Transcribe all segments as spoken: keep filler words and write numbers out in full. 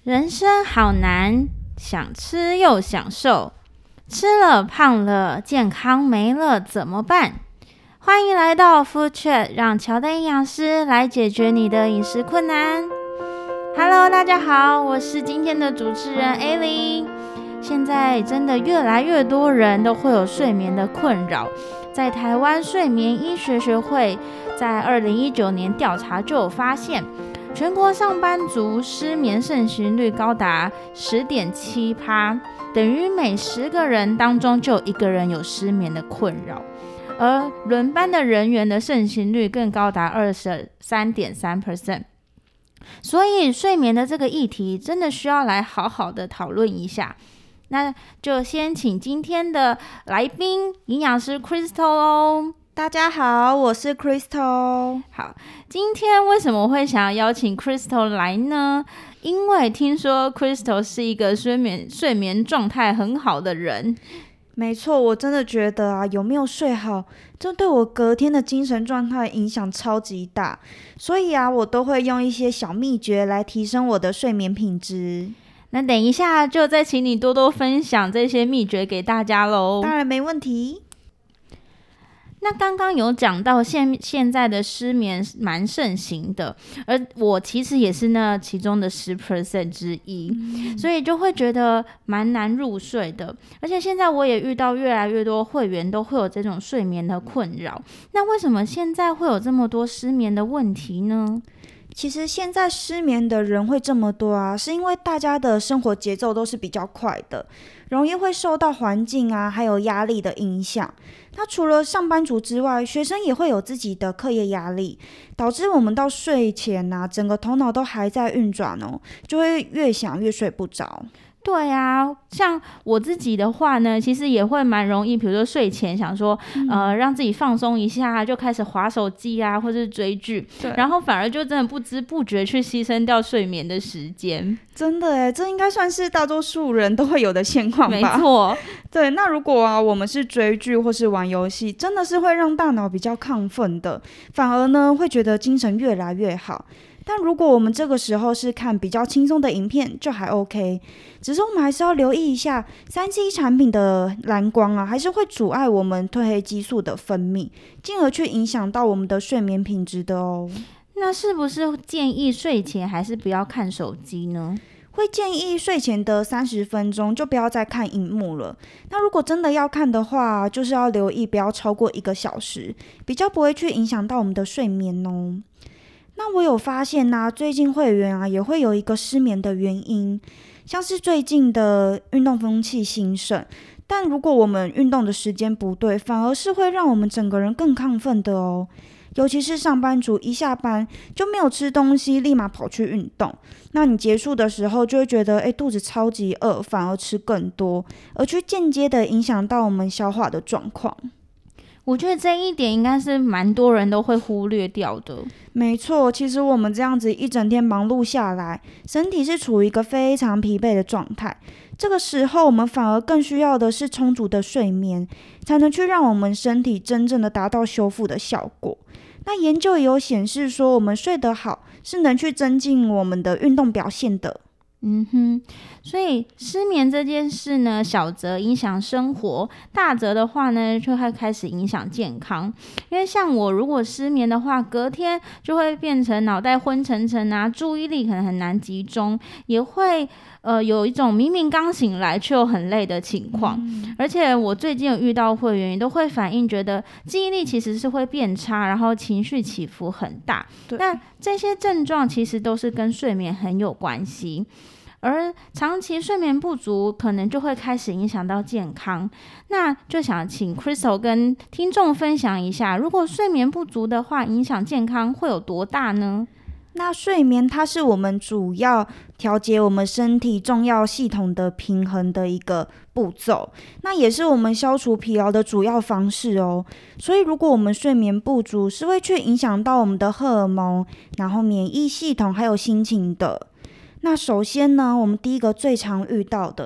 人生好难，想吃又想瘦，吃了胖了，健康没了怎么办？欢迎来到 Food Chat， 让乔丹营养师来解决你的饮食困难。Hello， 大家好，我是今天的主持人 A-Ling。现在真的越来越多人都会有睡眠的困扰，在台湾睡眠医学学会在二零一九年调查就有发现，全国上班族失眠盛行率高达 百分之十点七， 等于每十个人当中就有一个人有失眠的困扰，而轮班的人员的盛行率更高达 百分之二十三点三。 所以睡眠的这个议题真的需要来好好的讨论一下。那就先请今天的来宾营养师 Crystal 哦。 大家好，我是 Crystal。 好，今天为什么会想要邀请 Crystal 来呢？因为听说 Crystal 是一个睡眠睡眠状态很好的人。 没错，我真的觉得啊，有没有睡好，这对我隔天的精神状态影响超级大。所以啊，我都会用一些小秘诀来提升我的睡眠品质。 那等一下就再请你多多分享这些秘诀给大家咯。 当然没问题。 那刚刚有讲到现现在的失眠蛮盛行的，而我其实也是那其中的 百分之十 之一、嗯、所以就会觉得蛮难入睡的。而且现在我也遇到越来越多会员都会有这种睡眠的困扰。那为什么现在会有这么多失眠的问题呢？ 其实现在失眠的人会这么多啊，是因为大家的生活节奏都是比较快的，容易会受到环境啊还有压力的影响。那除了上班族之外，学生也会有自己的课业压力，导致我们到睡前啊，整个头脑都还在运转哦，就会越想越睡不着。 对啊，像我自己的话呢，其实也会蛮容易，比如说睡前想说，嗯、呃，让自己放松一下，就开始滑手机啊，或是追剧，然后反而就真的不知不觉去牺牲掉睡眠的时间。 真的耶，这应该算是大多数人都会有的现况吧？ 没错。 对，那如果啊，我们是追剧或是玩游戏，真的是会让大脑比较亢奋的，反而呢会觉得精神越来越好。但如果我们这个时候是看比较轻松的影片，就还 OK。只是我们还是要留意一下，三 C 产品的蓝光啊，还是会阻碍我们褪黑激素的分泌，进而去影响到我们的睡眠品质的哦。 那是不是建议睡前还是不要看手机呢？ 会建议睡前的三十分钟就不要再看荧幕了。那如果真的要看的话，就是要留意不要超过一个小时，比较不会去影响到我们的睡眠哦。那我有发现啊，最近会员啊也会有一个失眠的原因，像是最近的运动风气兴盛，但如果我们运动的时间不对，反而是会让我们整个人更亢奋的哦。尤其是上班族一下班就没有吃东西，立马跑去运动，那你结束的时候就会觉得诶肚子超级饿，反而吃更多，而去间接的影响到我们消化的状况。 我觉得这一点应该是蛮多人都会忽略掉的。 没错，其实我们这样子一整天忙碌下来，身体是处于一个非常疲惫的状态。这个时候我们反而更需要的是充足的睡眠，才能去让我们身体真正的达到修复的效果。那研究也有显示说，我们睡得好是能去增进我们的运动表现的。 嗯哼，所以失眠这件事呢，小则影响生活，大则的话呢，就会开始影响健康。因为像我如果失眠的话，隔天就会变成脑袋昏沉沉啊，注意力可能很难集中，也会呃有一种明明刚醒来却又很累的情况。嗯、而且我最近有遇到会员，也都会反映觉得记忆力其实是会变差，然后情绪起伏很大。那这些症状其实都是跟睡眠很有关系。而长期睡眠不足可能就会开始影响到健康。那就想请 Crystal 跟听众分享一下，如果睡眠不足的话，影响健康会有多大呢？ 那睡眠它是我们主要调节我们身体重要系统的平衡的一个步骤，那也是我们消除疲劳的主要方式哦。所以如果我们睡眠不足，是会去影响到我们的荷尔蒙，然后免疫系统还有心情的。那首先呢，我们第一个最常遇到的，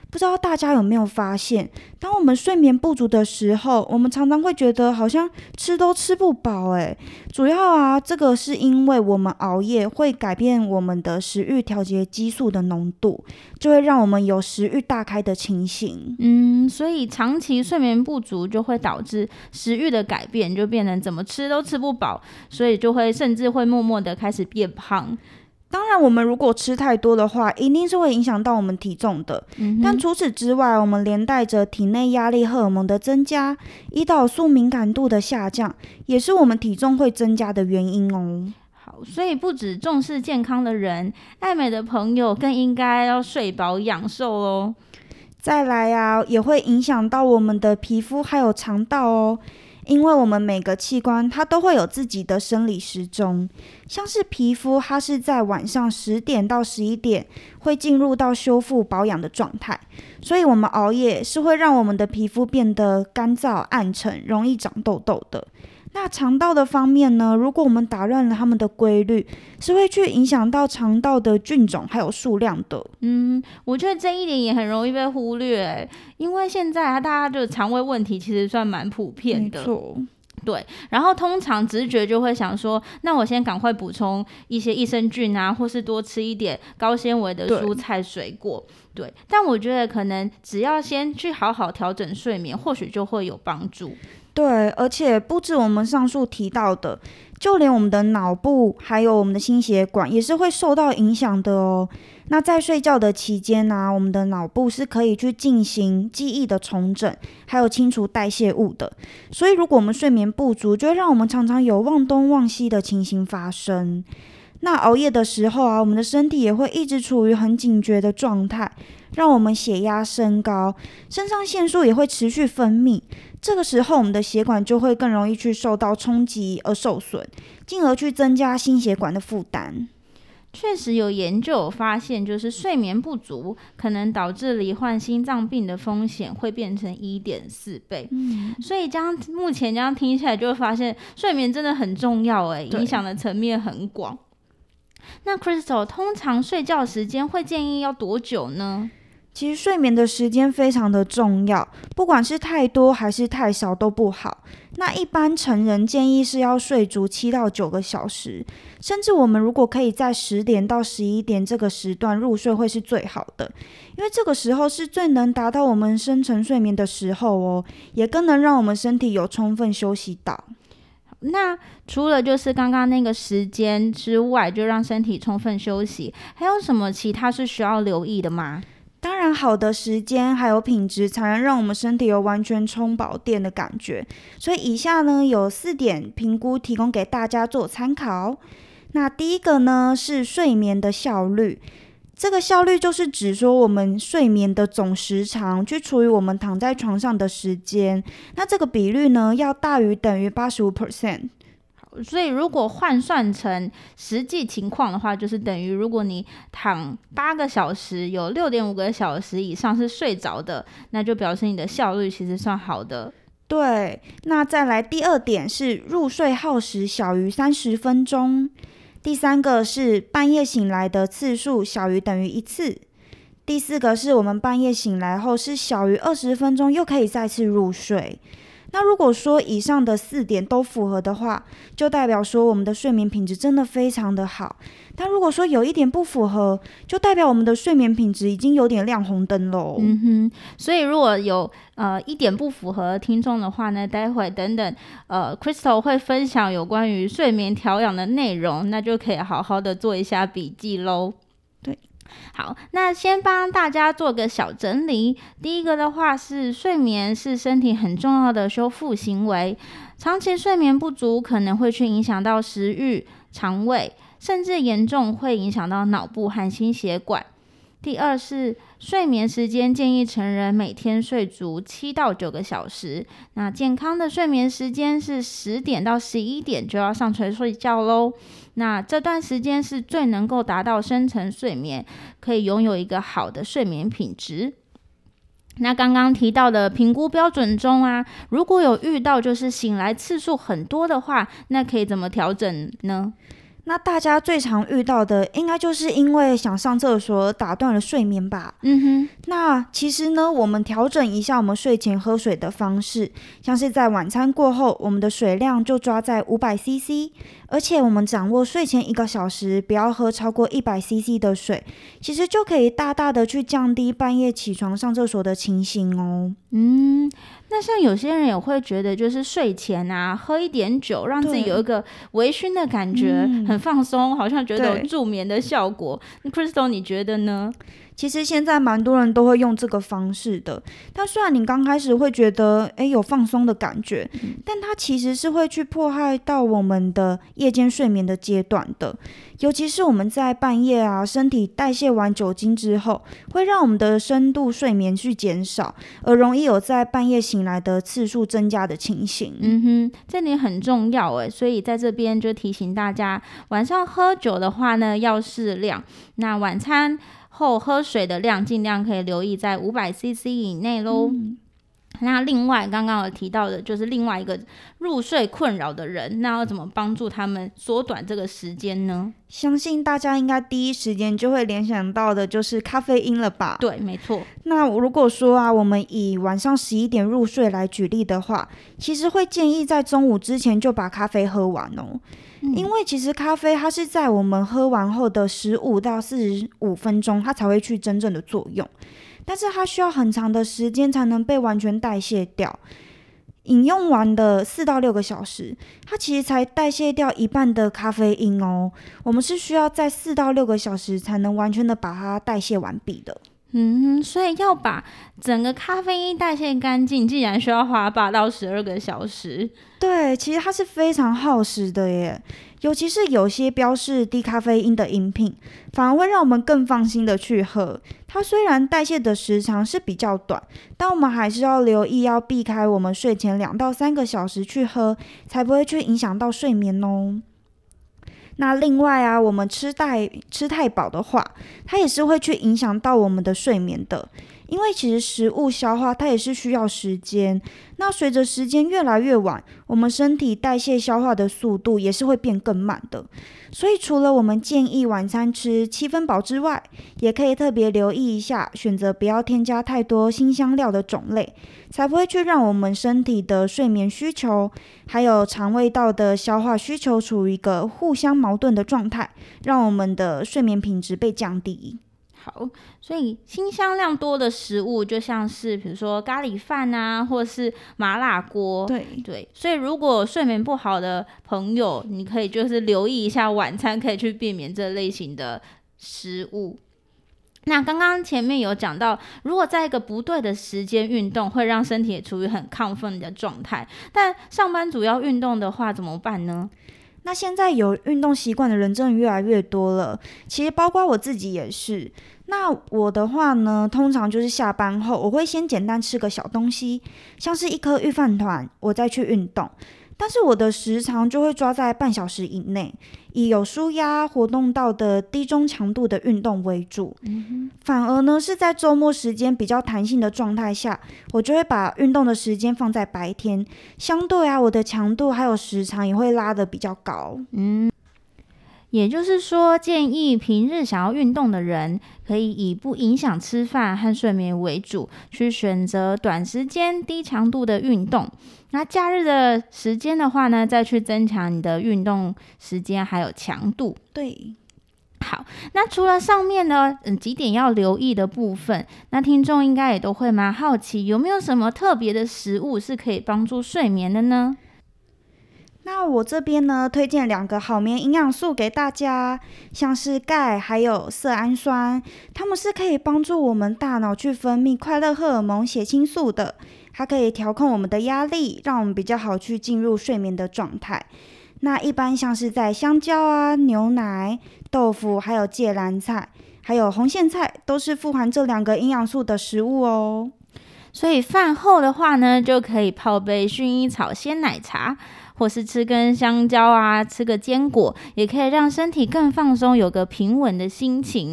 不知道大家有没有发现，当我们睡眠不足的时候，我们常常会觉得好像吃都吃不饱诶。主要啊，这个是因为我们熬夜会改变我们的食欲调节激素的浓度，就会让我们有食欲大开的情形。 嗯，所以长期睡眠不足就会导致食欲的改变，就变成怎么吃都吃不饱，所以就会甚至会默默的开始变胖。 当然我们如果吃太多的话，一定是会影响到我们体重的、嗯、但除此之外，我们连带着体内压力荷尔蒙的增加，胰岛素敏感度的下降，也是我们体重会增加的原因哦。 好，所以不只重视健康的人，爱美的朋友更应该要睡饱养瘦哦。 再来啊，也会影响到我们的皮肤还有肠道哦。因为我们每个器官它都会有自己的生理时钟，像是皮肤它是在晚上十点到十一点会进入到修复保养的状态，所以我们熬夜是会让我们的皮肤变得干燥暗沉，容易长痘痘的。那肠道的方面呢，如果我们打乱了它们的规律，是会去影响到肠道的菌种还有数量的。 嗯，我觉得这一点也很容易被忽略，因为现在大家的肠胃问题其实算蛮普遍的。 没错。 对，然后通常直觉就会想说，那我先赶快补充一些益生菌啊，或是多吃一点高纤维的蔬菜水果。对，对，但我觉得可能只要先去好好调整睡眠，或许就会有帮助。 对，而且不止我们上述提到的，就连我们的脑部还有我们的心血管也是会受到影响的哦。那在睡觉的期间呢、啊，我们的脑部是可以去进行记忆的重整，还有清除代谢物的。所以如果我们睡眠不足，就会让我们常常有忘东忘西的情形发生。那熬夜的时候啊，我们的身体也会一直处于很警觉的状态，让我们血压升高，肾上腺素也会持续分泌。这个时候我们的血管就会更容易去受到冲击而受损，进而去增加心血管的负担。 确实有研究有发现，就是睡眠不足可能导致罹患心脏病的风险会变成 一点四倍、嗯、所以这样目前这样听起来就会发现睡眠真的很重要耶，影响的层面很广。那 Crystal 通常睡觉时间会建议要多久呢？ 其实睡眠的时间非常的重要，不管是太多还是太少都不好。那一般成人建议是要睡足七到九个小时，甚至我们如果可以在十点到十一点这个时段入睡会是最好的，因为这个时候是最能达到我们深层睡眠的时候哦，也更能让我们身体有充分休息到。 那除了就是刚刚那个时间之外，就让身体充分休息，还有什么其他是需要留意的吗？ 当然好的时间还有品质才能让我们身体有完全充饱电的感觉，所以以下呢有四点评估提供给大家做参考。那第一个呢是睡眠的效率，这个效率就是指说我们睡眠的总时长去除以我们躺在床上的时间，那这个比率呢要大于等于 百分之八十五。 所以如果换算成实际情况的话，就是等于如果你躺八个小时，有 六点五个小时以上是睡着的，那就表示你的效率其实算好的。 对，那再来第二点是入睡耗时小于三十分钟，第三个是半夜醒来的次数小于等于一次，第四个是我们半夜醒来后是小于二十分钟又可以再次入睡。那如果说以上的四点都符合的话，就代表说我们的睡眠品质真的非常的好。但如果说有一点不符合，就代表我们的睡眠品质已经有点亮红灯喽。 嗯哼，所以如果有呃一点不符合的听众的话呢，待会等等呃 Crystal 会分享有关于睡眠调养的内容，那就可以好好的做一下笔记喽。 对。 好，那先帮大家做个小整理。第一个的话是睡眠是身体很重要的修复行为，长期睡眠不足可能会去影响到食欲、肠胃，甚至严重会影响到脑部和心血管。第二是睡眠时间建议成人每天睡足七到九个小时，那健康的睡眠时间是十点到十一点就要上床睡觉咯。那这段时间是最能够达到深层睡眠，可以拥有一个好的睡眠品质。那刚刚提到的评估标准中啊，如果有遇到就是醒来次数很多的话，那可以怎么调整呢？ 那大家最常遇到的，应该就是因为想上厕所而打断了睡眠吧？ 嗯哼， 那其实呢，我们调整一下我们睡前喝水的方式，像是在晚餐过后，我们的水量就抓在五百 C C， 而且我们掌握睡前一个小时不要喝超过一百 C C 的水，其实就可以大大的去降低半夜起床上厕所的情形哦。 嗯，那像有些人也会觉得，就是睡前啊，喝一点酒，让自己有一个微醺的感觉， 嗯很放松，好像觉得有对助眠的效果。那 Crystal， 你觉得呢？ 其实现在蛮多人都会用这个方式的，但虽然你刚开始会觉得诶有放松的感觉， 嗯但它其实是会去迫害到我们的夜间睡眠的阶段的。尤其是我们在半夜啊，身体代谢完酒精之后，会让我们的深度睡眠去减少，而容易有在半夜醒来的次数增加的情形。 嗯哼，这点很重要诶，所以在这边就提醒大家，晚上喝酒的话呢，要适量。那晚餐后喝水的量尽量可以留意在五百 C C 以内咯。 嗯那另外刚刚有提到的就是另外一个入睡困扰的人，那要怎么帮助他们缩短这个时间呢？ 相信大家应该第一时间就会联想到的就是咖啡因了吧？ 对，没错。 那如果说啊，我们以晚上十一点入睡来举例的话，其实会建议在中午之前就把咖啡喝完哦。 嗯、 因为其实咖啡它是在我们喝完后的十五到四十五分钟，它才会去真正的作用，但是它需要很长的时间才能被完全代谢掉。饮用完的四到六个小时，它其实才代谢掉一半的咖啡因哦。我们是需要在四到六个小时才能完全的把它代谢完毕的。 嗯，所以要把整个咖啡因代谢干净，竟然需要花八到十二个小时。 对，其实它是非常耗时的耶，尤其是有些标示低咖啡因的饮品，反而会让我们更放心的去喝。它虽然代谢的时长是比较短，但我们还是要留意，要避开我们睡前两到三个小时去喝，才不会去影响到睡眠哦。那另外啊，我们吃太吃太饱的话，它也是会去影响到我们的睡眠的。因为其实食物消化它也是需要时间，那随着时间越来越晚，我们身体代谢消化的速度也是会变更慢的。所以除了我们建议晚餐吃七分饱之外，也可以特别留意一下，选择不要添加太多辛香料的种类，才不会去让我们身体的睡眠需求还有肠胃道的消化需求处于一个互相矛盾的状态，让我们的睡眠品质被降低。 好，所以辛香量多的食物，就像是比如说咖喱饭啊，或是麻辣锅。 对对，所以如果睡眠不好的朋友，你可以就是留意一下晚餐，可以去避免这类型的食物。那刚刚前面有讲到，如果在一个不对的时间运动，会让身体也处于很亢奋的状态。但上班族要运动的话，怎么办呢？ 那现在有运动习惯的人真的越来越多了，其实包括我自己也是。那我的话呢，通常就是下班后，我会先简单吃个小东西，像是一颗御饭团，我再去运动。但是我的时长就会抓在半小时以内，以有舒压活动到的低中强度的运动为主。嗯、反而呢是在周末时间比较弹性的状态下，我就会把运动的时间放在白天，相对啊我的强度还有时长也会拉得比较高。 嗯，也就是说，建议平日想要运动的人，可以以不影响吃饭和睡眠为主，去选择短时间低强度的运动。那假日的时间的话呢，再去增强你的运动时间还有强度。 对， 好，那除了上面呢，嗯，几点要留意的部分，那听众应该也都会蛮好奇，有没有什么特别的食物是可以帮助睡眠的呢？ 那我这边呢，推荐两个好眠营养素给大家，像是钙还有色氨酸，它们是可以帮助我们大脑去分泌快乐荷尔蒙血清素的，它可以调控我们的压力，让我们比较好去进入睡眠的状态。那一般像是在香蕉啊、牛奶、豆腐，还有芥蓝菜，还有红苋菜，都是富含这两个营养素的食物哦。 所以饭后的话呢，就可以泡杯薰衣草鲜奶茶，或是吃根香蕉啊，吃个坚果，也可以让身体更放松，有个平稳的心情。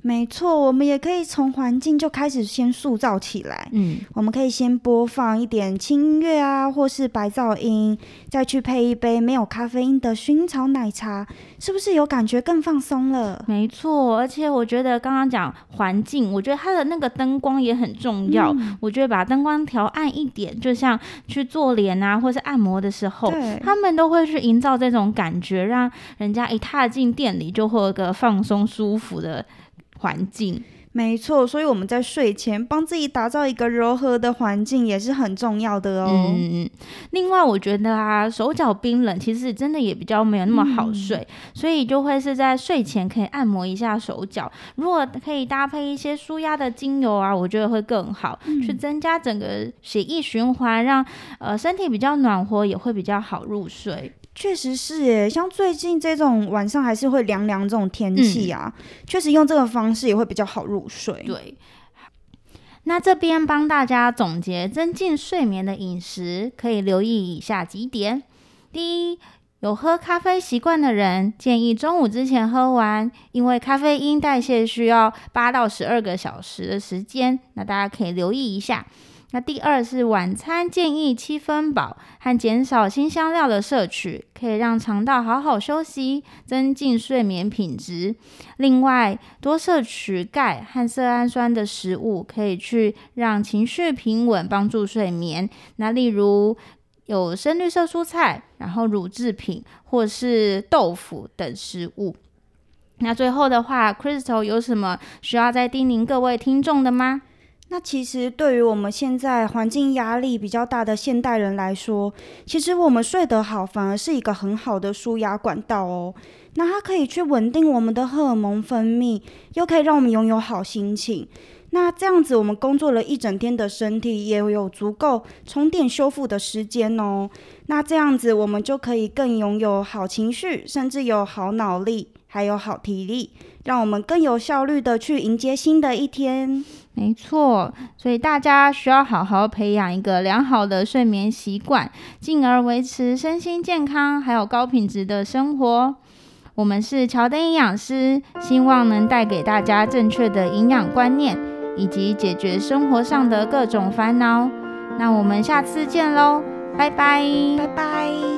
没错，我们也可以从环境就开始先塑造起来。 嗯， 我们可以先播放一点轻音乐啊，或是白噪音，再去配一杯没有咖啡因的薰衣草奶茶，是不是有感觉更放松了？ 没错，而且我觉得刚刚讲环境，我觉得它的那个灯光也很重要。嗯、我觉得把灯光调暗一点，就像去做脸啊，或是按摩的时候，他们都会去营造这种感觉，让人家一踏进店里就会有一个放松舒服的环境。 没错，所以我们在睡前帮自己打造一个柔和的环境也是很重要的哦。 嗯，另外我觉得啊，手脚冰冷其实真的也比较没有那么好睡，嗯、所以就会是在睡前可以按摩一下手脚。如果可以搭配一些舒压的精油啊，我觉得会更好，嗯、去增加整个血液循环，让呃身体比较暖和，也会比较好入睡。 确实是耶，像最近这种晚上还是会凉凉这种天气啊，确、嗯、实用这个方式也会比较好入睡。 对，那这边帮大家总结增进睡眠的饮食，可以留意以下几点。第一，有喝咖啡习惯的人，建议中午之前喝完，因为咖啡因代谢需要八到十二个小时的时间，那大家可以留意一下。那第二是晚餐建议七分饱和减少辛香料的摄取，可以让肠道好好休息，增进睡眠品质。另外，多摄取钙和色氨酸的食物，可以去让情绪平稳，帮助睡眠。那例如有深绿色蔬菜，然后乳制品或是豆腐等食物。那最后的话 ，Crystal 有什么需要再叮咛各位听众的吗？ 那其实对于我们现在环境压力比较大的现代人来说，其实我们睡得好反而是一个很好的抒压管道哦。那它可以去稳定我们的荷尔蒙分泌，又可以让我们拥有好心情。那这样子我们工作了一整天的身体也有足够充电修复的时间哦。那这样子我们就可以更拥有好情绪，甚至有好脑力还有好体力，让我们更有效率的去迎接新的一天。 没错，所以大家需要好好培养一个良好的睡眠习惯，进而维持身心健康还有高品质的生活。我们是乔登营养师，希望能带给大家正确的营养观念，以及解决生活上的各种烦恼。那我们下次见咯，拜拜， 拜拜。